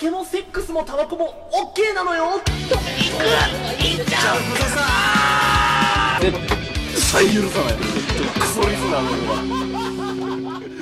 酒もセックスもタバコも OK なのよ。 いっちゃうことさ絶対許さない。クソリスナーの方が。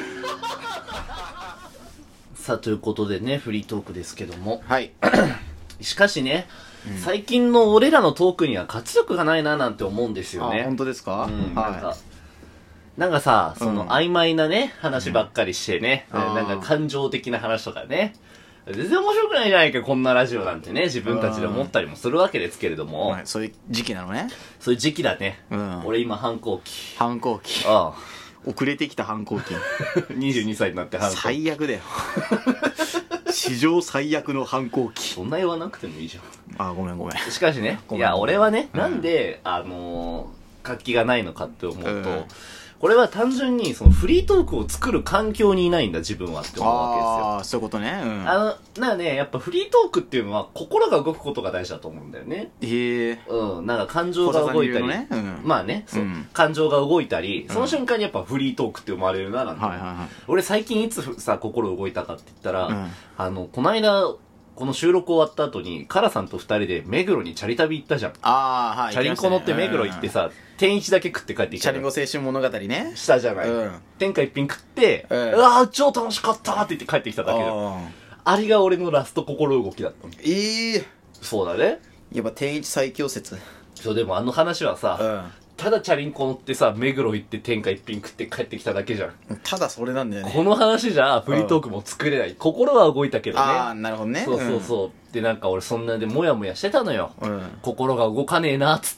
さあということでね、フリートークですけども、 はいしかしね、最近の俺らのトークには活力がないななんて思うんですよね。 本当ですか？ なんかさ、その曖昧なね、話ばっかりしてね、なんか感情的な話とかね、全然面白くないじゃないかこんなラジオなんてね、自分たちで思ったりもするわけですけれども、 そういう時期なのね。 そういう時期だね。俺今反抗期。 反抗期。遅れてきた反抗期。 22歳になって反抗期。 最悪だよ。史上最悪の反抗期。 そんな言わなくてもいいじゃん。 ごめん。 しかしね、いや俺はね、なんで活気がないのかって思うと、これは単純にそのフリートークを作る環境にいないんだ自分はって思うわけですよ。 そういうことね。 なんかね、やっぱフリートークっていうのは心が動くことが大事だと思うんだよね。なんか感情が動いたり、まあね、感情が動いたり、その瞬間にやっぱフリートークって生まれるななんて。俺最近いつさ心動いたかって言ったら、この間この収録終わった後にカラさんと二人で目黒にチャリ旅行ったじゃん。チャリンコ乗って目黒行ってさ、天一だけ食って帰ってきた。 チャリンコ青春物語ね。 したじゃない。天下一品食って、うわー超楽しかったって言って帰ってきただけだ。あれが俺のラスト心動きだったの。そうだね。 やっぱ天一最強説。 そう、でもあの話はさ、ただチャリンコ乗ってさ、目黒行って天下一品食って帰ってきただけじゃん。 ただそれなんだよね。 この話じゃフリートークも作れない。心は動いたけどね。 なるほどね。 そう。で、なんか俺そんなでモヤモヤしてたのよ。心が動かねえな、つって。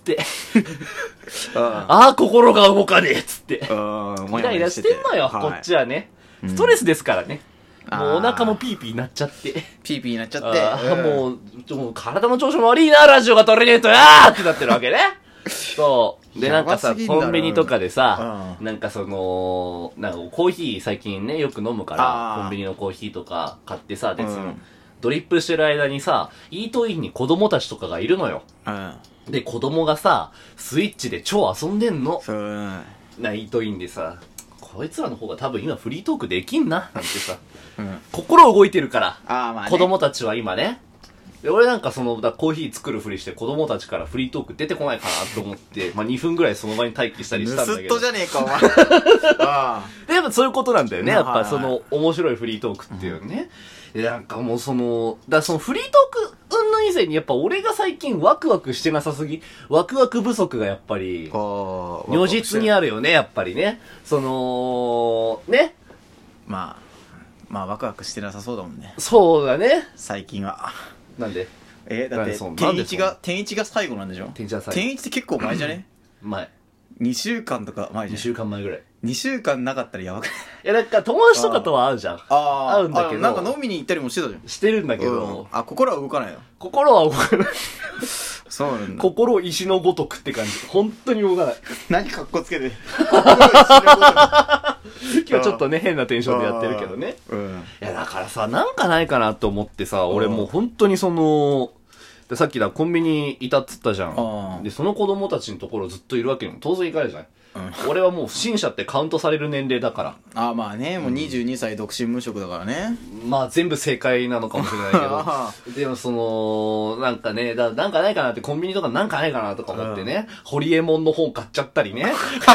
心が動かねえ、つって。イライラしてんのよ、こっちはね。ストレスですからね。もうお腹もピーピーになっちゃって。 ピーピーになっちゃって。 もう体の調子も悪いな、ラジオが撮れねえとやーってなってるわけね。そう。で、なんかさ、コンビニとかでさ、なんかその、なんかコーヒー最近ね、よく飲むから、コンビニのコーヒーとか買ってさ、で、ドリップしてる間にさ、イートインに子供たちとかがいるのよ。で、子供がさ、スイッチで超遊んでんの。イートインでさ、こいつらの方が多分今フリートークできんな、なんてさ、心動いてるから、子供たちは今ね。で、俺なんかコーヒー作るふりして子供たちからフリートーク出てこないかなと思って、2分ぐらいその場に待機したりしたんだけど。 盗っ人じゃねえか、お前。 で、やっぱそういうことなんだよね。やっぱ面白いフリートークっていうね。で、なんかもうそのフリートーク云々以前にやっぱ俺が最近ワクワクしてなさすぎ、ワクワク不足がやっぱり、如実にあるよね、やっぱりね。ね。 まあワクワクしてなさそうだもんね。 そうだね。 最近は。 なんでだって天一が最後なんでしょ。天一って結構前じゃね？ 前。 2週間とか前じゃん。 2週間前ぐらい。 2週間なかったらやばくない？ いや、なんか友達とかとは会うじゃん。会うんだけど。 なんか飲みに行ったりもしてたじゃん。 してるんだけど。 心は動かないよ。 心は動かない。 そうなんだ。 心石のごとくって感じ。本当に動かない。 何かっこつけて。 今日ちょっとね、変なテンションでやってるけどね。いや、だからさ、なんかないかなと思ってさ、俺もう本当にさっきコンビニいたっつったじゃん。で、その子供たちのところずっといるわけにも当然いかないじゃない。俺はもう不審者ってカウントされる年齢だから。 まあね、もう22歳独身無職だからね。 まあ全部正解なのかもしれないけど。でもなんかね、なんかないかなってコンビニとかなんかないかなとか思ってね、ホリエモンの本買っちゃったりね。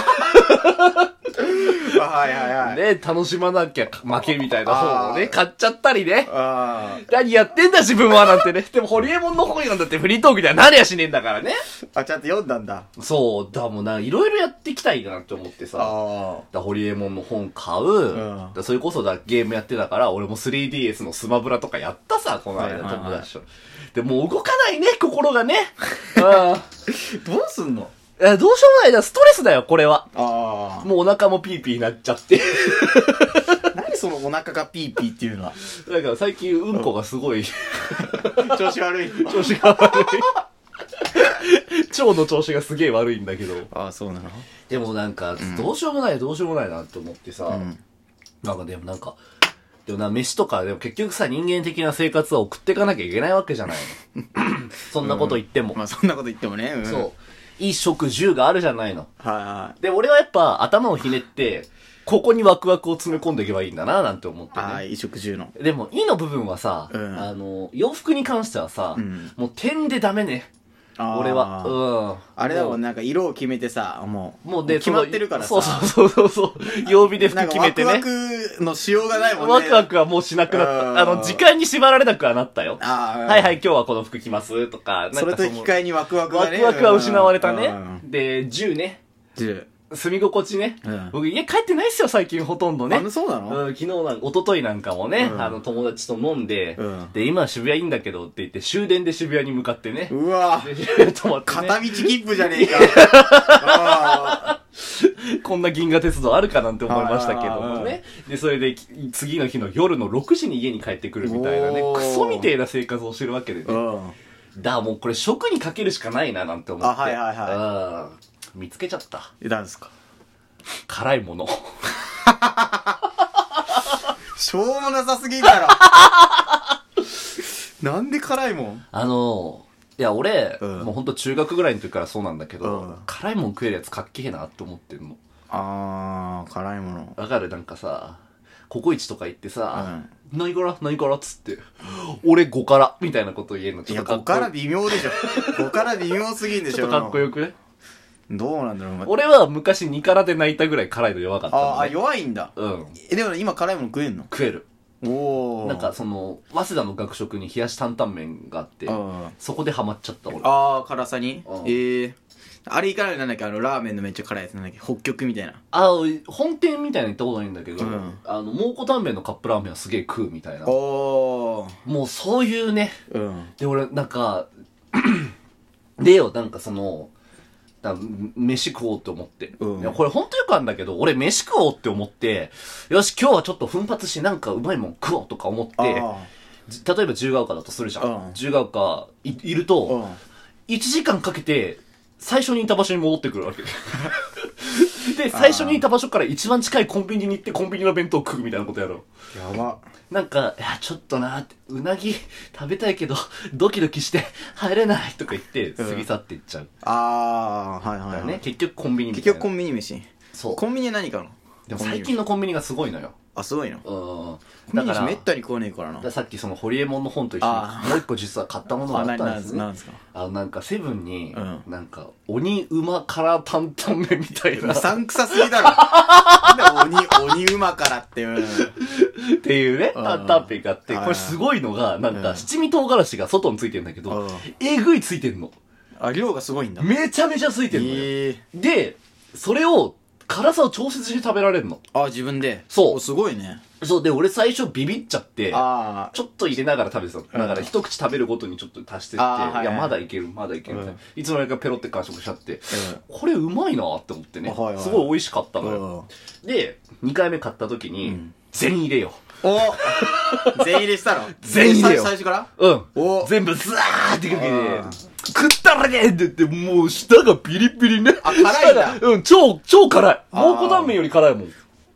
ね、楽しまなきゃ負けみたいな本をね、買っちゃったりね。何やってんだ自分はなんてね。でもホリエモンの本読んだってフリートークではなりゃしねえんだからね。 ちゃんと読んだんだ。 そう、もういろいろやっていきたいなって思ってさ。ホリエモンの本買う。それこそゲームやってたから、俺も 3DS のスマブラとかやったさ、この間友達と。で、もう動かないね、心がね。 どうすんの？ どうしようもないな、ストレスだよ、これは。もうお腹もピーピーになっちゃって。 何そのお腹がピーピーっていうのは。 だから最近うんこがすごい。 調子悪い。 調子が悪い。腸の調子がすげえ悪いんだけど。 そうなの？ でもなんか、どうしようもないなって思ってさ。でも飯とか、でも結局さ、人間的な生活は送っていかなきゃいけないわけじゃないの。そんなこと言っても。 そんなこと言ってもね。 そう。 衣食住があるじゃないの。 はいはい。 で、俺はやっぱ頭をひねって、ここにワクワクを詰め込んでいけばいいんだな、なんて思ってね。 はい、衣食住の。 でも、衣の部分はさ、洋服に関してはさ、もう点でダメね。俺は。 あれだもん、なんか色を決めてさ、もうで決まってるからさ。 そう。曜日で服決めてね。 ワクワクのしようがないもんね。 ワクワクはもうしなくなった。時間に縛られなくはなったよ。はいはい、今日はこの服着ますとか。 それと引き換えにワクワクがね。 ワクワクは失われたね。で、10ね。 10。 住み心地ね。僕家帰ってないっすよ、最近ほとんどね。 そうなの？ 昨日一昨日なんかもね、友達と飲んで、で、今は渋谷いいんだけどって言って、終電で渋谷に向かってね。 うわぁ。 片道切符じゃねえか。 こんな銀河鉄道あるかなんて思いましたけどもね。で、それで、次の日の夜の6時に家に帰ってくるみたいなね、クソみてえな生活をしてるわけでね。もうこれ食にかけるしかないななんて思って。見つけちゃった。 何ですか？ 辛いもの。 しょうもなさすぎんだろ。なんで辛いもん？ いや、俺、もうほんと中学ぐらいの時からそうなんだけど、辛いもん食えるやつかっけえなって思ってんの。 辛いもの。 わかる？なんかさ、ココイチとか行ってさ、何からっつって、俺5からみたいなこと言えるのちょっとかっこいい。 いや、5から微妙でしょ。5から微妙すぎんでしょ。 ちょっとかっこよくね。 どうなんだろう。 俺は昔2からで泣いたぐらい辛いの弱かったの、ね。 弱いんだ。でも今辛いもの食えんの？ 食える。なんか早稲田の学食に冷やし担々麺があって、そこでハマっちゃった俺。 辛さに？あれいかないなんだっけ、ラーメンのめっちゃ辛いやつなんだっけ、北極みたいな。 本店みたいなの行ったことないんだけど、蒙古タンメンのカップラーメンはすげえ食うみたいな。もうそういうね。で、俺なんか、なんか飯食おうって思って。いやこれほんとよくあるんだけど、俺飯食おうって思って、よし今日はちょっと奮発してなんかうまいもん食おうとか思って、例えば自由が丘だとするじゃん。自由が丘いると、1時間かけて、最初にいた場所に戻ってくるわけで、最初にいた場所から一番近いコンビニに行ってコンビニの弁当を食うみたいなことやろう。 やば。 なんか、いや、ちょっとなーって、うなぎ食べたいけど、ドキドキして入れないとか言って、過ぎ去っていっちゃう。はい。ね、結局コンビニみたいな。 結局コンビニ飯。そう。コンビニは何かの？ でも最近のコンビニがすごいのよ。 すごいの？だからめったに食わねえからな。 さっきホリエモンの本と一緒にもう一個実は買ったものがあったんですね。 なんですか？ なんかセブンに、なんか鬼馬辛担々麺みたいな。 うさんくさすぎだろ。なんで鬼馬辛っていう。 っていうね、担々麺があって、これすごいのが、なんか七味唐辛子が外についてるんだけど、えぐいついてんの。 量がすごいんだ。 めちゃめちゃついてんのよ。で、それを、辛さを調節して食べられるの。 自分で。 そう。 すごいね。 そう、で、俺最初ビビっちゃって、ちょっと入れながら食べてた。だから一口食べるごとにちょっと足してって、いや、まだいけるみたいな。いつの間にかペロって完食しちゃって、これうまいなって思ってね。すごい美味しかったのよ。で、2回目買った時に、全入れよ。 全入れしたの？ 全入れよ。 最初から？ 全部ザーってかけて、食ったらねって言って、もう舌がピリピリね。 辛いんだ。 超辛い。蒙古タンメンより辛いもん。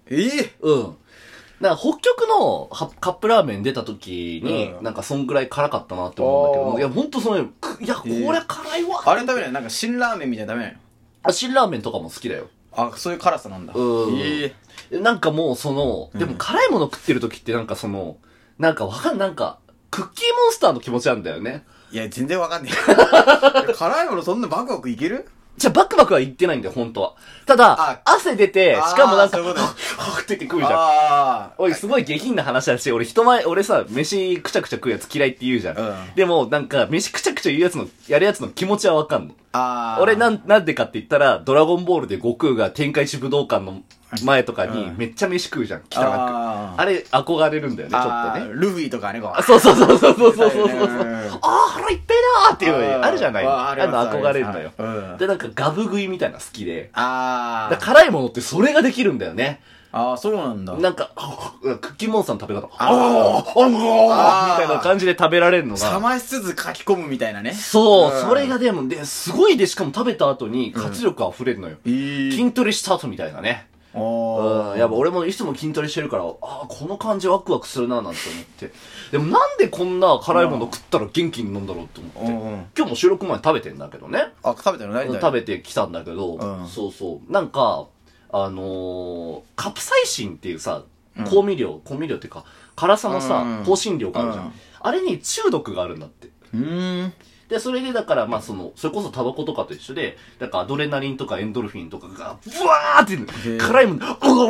なんか北極のカップラーメン出た時に、なんかそんぐらい辛かったなって思うんだけど、いやほんといや、これ辛いわ。 あれ食べない？なんか辛ラーメンみたいなの食べないの？辛ラーメンとかも好きだよ。 そういう辛さなんだ。 なんかもうでも辛いもの食ってる時ってなんかなんかなんか、クッキーモンスターの気持ちなんだよね。 いや、全然わかんねえ。辛いものそんなバクバクいける？ じゃバクバクは言ってないんだよ、本当は。ただ、汗出て、しかもなんか、はぁって食うじゃん。おい、すごい下品な話だし、俺さ、飯くちゃくちゃ食うやつ嫌いって言うじゃん。でも、なんか、飯くちゃくちゃやるやつの気持ちはわかんの。俺なんでかって言ったら、ドラゴンボールで悟空が天下一武道館の前とかにめっちゃ飯食うじゃん、汚く。あれ、憧れるんだよね、ちょっとね。 ルフィとかね、 そう。腹いっぺえなーっていうのあるじゃない。あれの憧れるんだよ。で、なんかガブ食いみたいなの好きで。辛いものってそれができるんだよね。 そうなんだ。 なんか、クッキーモンスターの食べ方。みたいな感じで食べられるのが。 冷ましつつ書き込むみたいなね。 そう、それがすごいで、しかも食べた後に活力溢れるのよ。筋トレした後みたいなね。 やっぱ俺もいつも筋トレしてるから、この感じワクワクするななんて思って。でもなんでこんな辛いもの食ったら元気になるんだろうって思って。今日も収録前に食べてんだけどね。 食べてるの？ 食べてきたんだけど、そうそう。なんか、カプサイシンっていうさ、香味料っていうか、辛さのさ、香辛料があるじゃん。あれに中毒があるんだって。で、それでだから、それこそタバコとかと一緒で、だからアドレナリンとかエンドルフィンとかが、ブワーって辛いもの、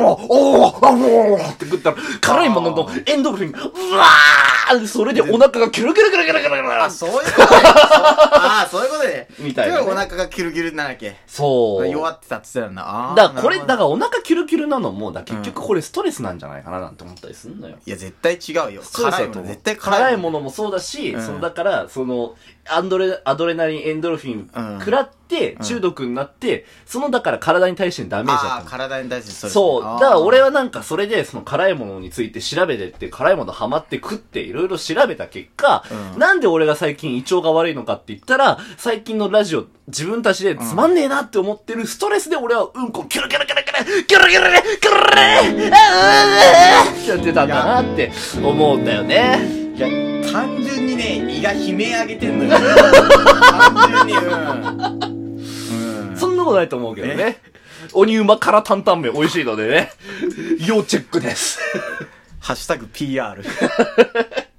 って食ったら、辛いもののエンドルフィン、ブワーってそれでお腹がキュルキュルキュルキュルキュルキュルそういうことね。そういうことで。 みたいな。 お腹がキュルキュルなんだっけ。 そう。 弱ってたって言ってたんだ。 だからお腹キュルキュルなのも、結局これストレスなんじゃないかななんて思ったりするのよ。 いや、絶対違うよ。 辛いもの絶対辛いものもそうだし、だから、アドレナリン、エンドルフィン、食らって、中毒になって、だから体に対してダメージだった。 体に対してそれ。 そう。だから俺はなんかそれで、辛いものについて調べてって、辛いものハマって食って、いろいろ調べた結果、なんで俺が最近胃腸が悪いのかって言ったら、最近のラジオ、自分たちでつまんねえなって思ってるストレスで俺はキュルキュルキュルキュルキュルキュルキュルキュルってやってたんだなって思うんだよね。 いや、単純にね、胃が悲鳴上げてんのよ。単純に、 そんなことないと思うけどね。鬼うま辛担々麺美味しいのでね。要チェックです。 ハッシュタグ PR。